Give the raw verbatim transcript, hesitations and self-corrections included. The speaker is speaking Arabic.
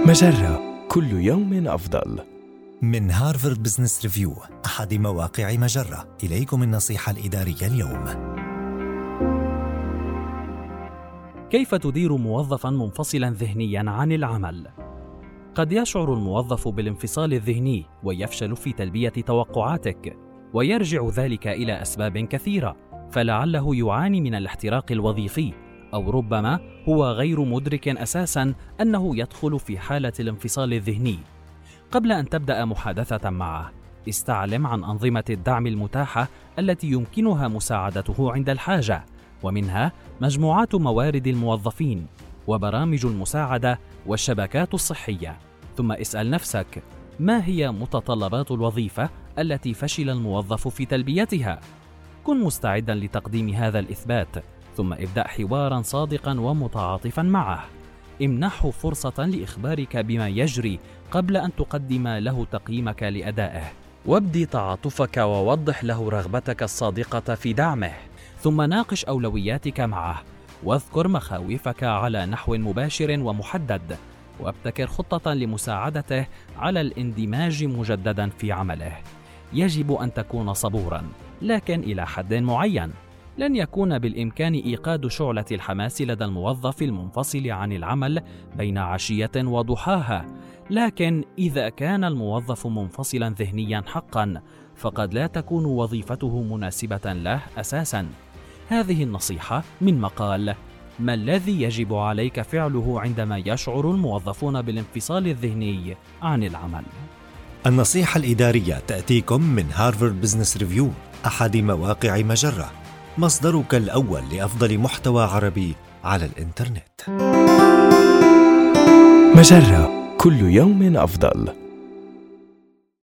مجرة، كل يوم أفضل. من هارفارد بزنس ريفيو، أحد مواقع مجرة، إليكم النصيحة الإدارية اليوم. كيف تدير موظفاً منفصلاً ذهنياً عن العمل؟ قد يشعر الموظف بالانفصال الذهني ويفشل في تلبية توقعاتك، ويرجع ذلك إلى أسباب كثيرة، فلعله يعاني من الاحتراق الوظيفي، أو ربما هو غير مدرك أساساً أنه يدخل في حالة الانفصال الذهني. قبل أن تبدأ محادثة معه، استعلم عن أنظمة الدعم المتاحة التي يمكنها مساعدته عند الحاجة، ومنها مجموعات موارد الموظفين وبرامج المساعدة والشبكات الصحية. ثم اسأل نفسك: ما هي متطلبات الوظيفة التي فشل الموظف في تلبيتها؟ كن مستعدا لتقديم هذا الإثبات، ثم ابدأ حوارا صادقا ومتعاطفا معه. امنحه فرصة لإخبارك بما يجري قبل أن تقدم له تقييمك لأدائه، وابدي تعاطفك ووضح له رغبتك الصادقة في دعمه. ثم ناقش أولوياتك معه، واذكر مخاوفك على نحو مباشر ومحدد، وابتكر خطة لمساعدته على الاندماج مجددا في عمله. يجب أن تكون صبورا، لكن إلى حد معين. لن يكون بالإمكان إيقاد شعلة الحماس لدى الموظف المنفصل عن العمل بين عشية وضحاها، لكن إذا كان الموظف منفصلا ذهنيا حقا، فقد لا تكون وظيفته مناسبة له أساسا. هذه النصيحة من مقال ما الذي يجب عليك فعله عندما يشعر الموظفون بالانفصال الذهني عن العمل. النصيحة الإدارية تأتيكم من هارفارد بزنس ريفيو، أحد مواقع مجرة، مصدرك الأول لأفضل محتوى عربي على الإنترنت. مجرة، كل يوم أفضل.